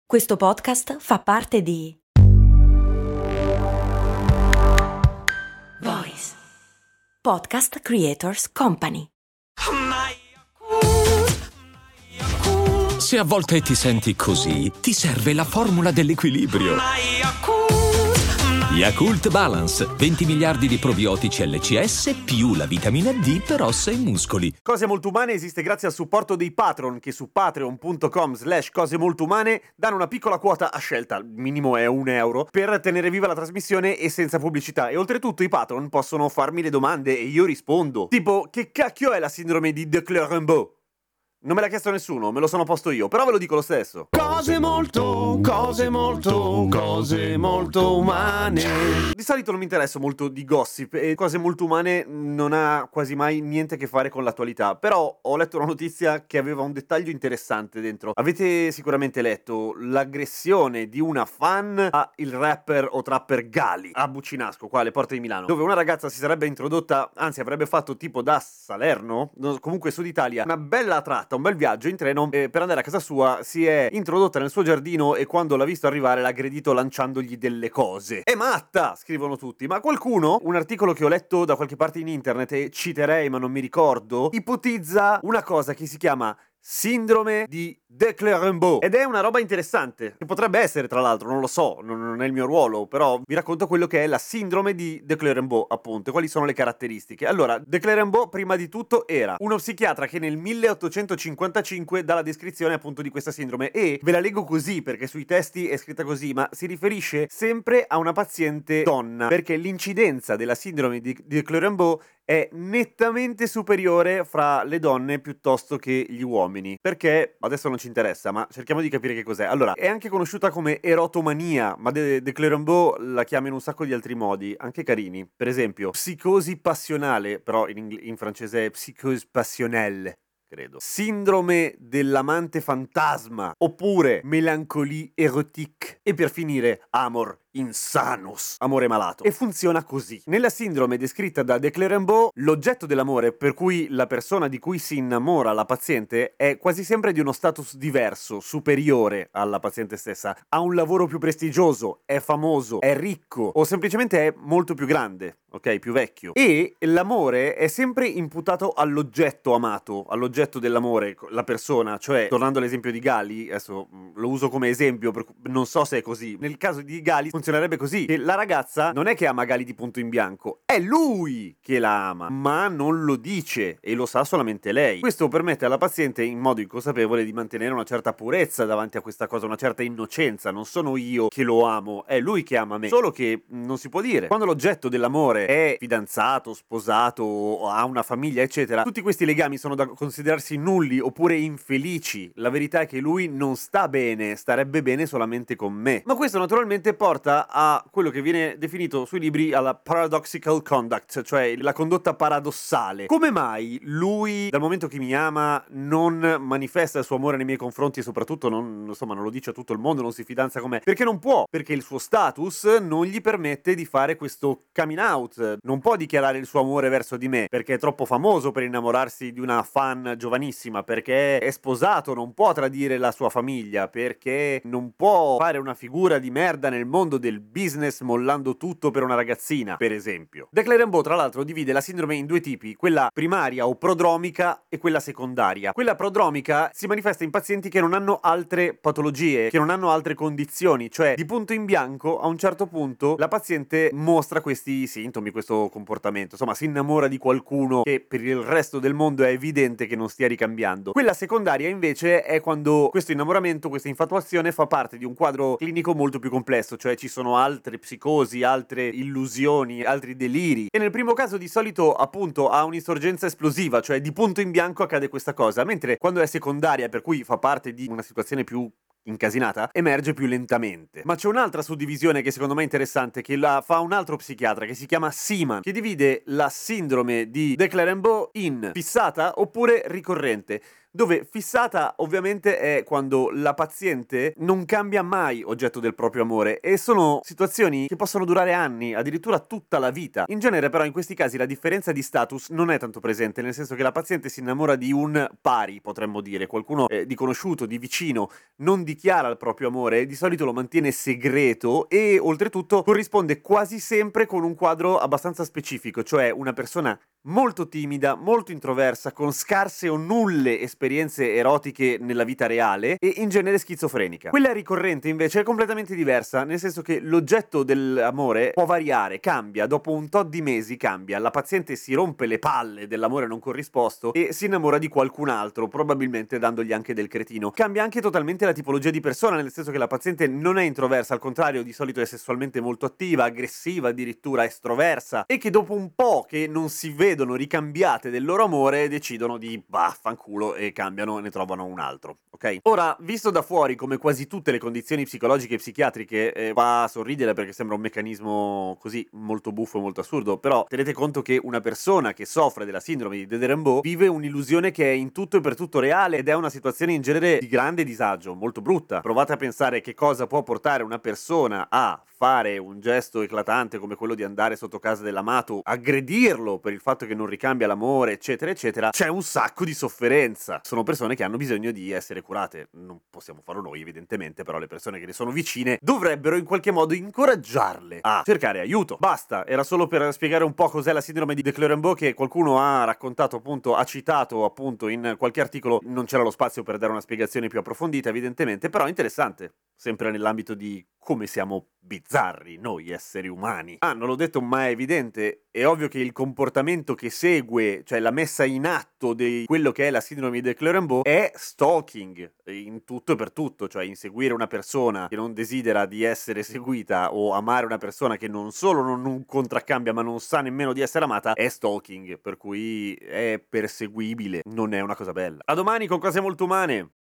Questo podcast fa parte di Voice Podcast Creators Company. Se a volte ti senti così, ti serve la formula dell'equilibrio. Yakult Balance, 20 miliardi di probiotici LCS più la vitamina D per ossa e muscoli. Cose Molto Umane esiste grazie al supporto dei patron che su patreon.com/cose molto umane danno una piccola quota a scelta, il minimo è €1, per tenere viva la trasmissione e senza pubblicità. E oltretutto i patron possono farmi le domande e io rispondo. Tipo, che cacchio è la sindrome di de Clérambault? Non me l'ha chiesto nessuno, me lo sono posto io, però ve lo dico lo stesso. Cose molto umane. Di solito non mi interesso molto di gossip e Cose Molto Umane non ha quasi mai niente a che fare con l'attualità, però ho letto una notizia che aveva un dettaglio interessante dentro. Avete sicuramente letto l'aggressione di una fan a il rapper o trapper Gali a Buccinasco, qua alle porte di Milano, dove una ragazza si sarebbe introdotta, anzi avrebbe fatto tipo da Salerno, comunque Sud Italia, una bella tratta, un bel viaggio in treno, per andare a casa sua si è introdotta nel suo giardino e quando l'ha visto arrivare l'ha aggredito lanciandogli delle cose. È matta, scrivono tutti, ma qualcuno, un articolo che ho letto da qualche parte in internet e citerei ma non mi ricordo, ipotizza una cosa che si chiama sindrome di de Clérambault ed è una roba interessante che potrebbe essere, tra l'altro, non lo so, non è il mio ruolo, però vi racconto quello che è la sindrome di de Clérambault, appunto, e quali sono le caratteristiche. Allora, de Clérambault prima di tutto era uno psichiatra che nel 1855 dà la descrizione appunto di questa sindrome e ve la leggo così perché sui testi è scritta così, ma si riferisce sempre a una paziente donna, perché l'incidenza della sindrome di de Clérambault è nettamente superiore fra le donne piuttosto che gli uomini. Perché? Adesso non ci interessa, ma cerchiamo di capire che cos'è. Allora, è anche conosciuta come erotomania, ma de Clérambault la chiama in un sacco di altri modi, anche carini. Per esempio, psicosi passionale, però in francese è psychose passionnelle, credo. Sindrome dell'amante fantasma, oppure melancolie érotique. E per finire, amor insanus, amore malato. E funziona così. Nella sindrome descritta da de Clérambault, l'oggetto dell'amore, per cui la persona di cui si innamora la paziente, è quasi sempre di uno status diverso, superiore alla paziente stessa. Ha un lavoro più prestigioso, è famoso, è ricco, o semplicemente è molto più grande, ok? Più vecchio. E l'amore è sempre imputato all'oggetto amato, all'oggetto dell'amore, la persona, cioè, tornando all'esempio di Gali, adesso lo uso come esempio, non so se è così. Nel caso di Gali funzionerebbe così, che la ragazza non è che ama Gali di punto in bianco, è lui che la ama, ma non lo dice e lo sa solamente lei. Questo permette alla paziente in modo inconsapevole di mantenere una certa purezza davanti a questa cosa, una certa innocenza. Non sono io che lo amo, è lui che ama me, solo che non si può dire. Quando l'oggetto dell'amore è fidanzato, sposato o ha una famiglia eccetera, tutti questi legami sono da considerarsi nulli oppure infelici. La verità è che lui non sta bene, starebbe bene solamente con me. Ma questo naturalmente porta a quello che viene definito sui libri alla paradoxical conduct, cioè la condotta paradossale. Come mai lui, dal momento che mi ama, non manifesta il suo amore nei miei confronti e soprattutto non lo dice a tutto il mondo, non si fidanza con me? Perché non può, perché il suo status non gli permette di fare questo coming out, non può dichiarare il suo amore verso di me, perché è troppo famoso per innamorarsi di una fan giovanissima, perché è sposato, non può tradire la sua famiglia, perché non può fare una figura di merda nel mondo del business mollando tutto per una ragazzina, per esempio. De Clérambault, tra l'altro, divide la sindrome in due tipi, quella primaria o prodromica e quella secondaria. Quella prodromica si manifesta in pazienti che non hanno altre patologie, che non hanno altre condizioni, cioè di punto in bianco a un certo punto la paziente mostra questi sintomi, questo comportamento, insomma si innamora di qualcuno che per il resto del mondo è evidente che non stia ricambiando. Quella secondaria invece è quando questo innamoramento, questa infatuazione fa parte di un quadro clinico molto più complesso, cioè ci sono altre psicosi, altre illusioni, altri deliri. E nel primo caso di solito appunto ha un'insorgenza esplosiva, cioè di punto in bianco accade questa cosa, mentre quando è secondaria, per cui fa parte di una situazione più incasinata, emerge più lentamente. Ma c'è un'altra suddivisione che secondo me è interessante, che la fa un altro psichiatra che si chiama Seaman, che divide la sindrome di de Clérambault in fissata oppure ricorrente. dove fissata ovviamente è quando la paziente non cambia mai oggetto del proprio amore, e sono situazioni che possono durare anni, addirittura tutta la vita. In genere però in questi casi la differenza di status non è tanto presente, nel senso che la paziente si innamora di un pari, potremmo dire, qualcuno di conosciuto, di vicino, non dichiara il proprio amore, di solito lo mantiene segreto e oltretutto corrisponde quasi sempre con un quadro abbastanza specifico, cioè una persona molto timida, molto introversa, con scarse o nulle esperienze erotiche nella vita reale e in genere schizofrenica. Quella ricorrente invece è completamente diversa, nel senso che l'oggetto dell'amore può variare, cambia, dopo un tot di mesi cambia, la paziente si rompe le palle dell'amore non corrisposto e si innamora di qualcun altro, probabilmente dandogli anche del cretino. Cambia anche totalmente la tipologia di persona, nel senso che la paziente non è introversa, al contrario, di solito è sessualmente molto attiva, aggressiva, addirittura estroversa, e che dopo un po' che non si vedono ricambiate del loro amore decidono di vaffanculo e cambiano e ne trovano un altro, ok? Ora, visto da fuori come quasi tutte le condizioni psicologiche e psichiatriche, fa sorridere perché sembra un meccanismo così molto buffo e molto assurdo, però tenete conto che una persona che soffre della sindrome di Dead-Rainbow vive un'illusione che è in tutto e per tutto reale ed è una situazione in genere di grande disagio, molto brutta. Provate a pensare che cosa può portare una persona a fare un gesto eclatante come quello di andare sotto casa dell'amato, aggredirlo per il fatto che non ricambia l'amore, eccetera, eccetera. C'è un sacco di sofferenza. Sono persone che hanno bisogno di essere curate. Non possiamo farlo noi, evidentemente, però le persone che ne sono vicine dovrebbero in qualche modo incoraggiarle a cercare aiuto. Basta, era solo per spiegare un po' cos'è la sindrome di Dead-Rainbow, che qualcuno ha raccontato, appunto, ha citato appunto in qualche articolo. Non c'era lo spazio per dare una spiegazione più approfondita, evidentemente, però interessante, sempre nell'ambito di come siamo bizzarri noi esseri umani. Ah, non l'ho detto, ma è evidente, è ovvio che il comportamento che segue, cioè la messa in atto di quello che è la sindrome di Dead-Rainbow, è stalking in tutto e per tutto, cioè inseguire una persona che non desidera di essere seguita o amare una persona che non solo non contraccambia ma non sa nemmeno di essere amata è stalking, per cui è perseguibile, non è una cosa bella. A domani con cose molto umane.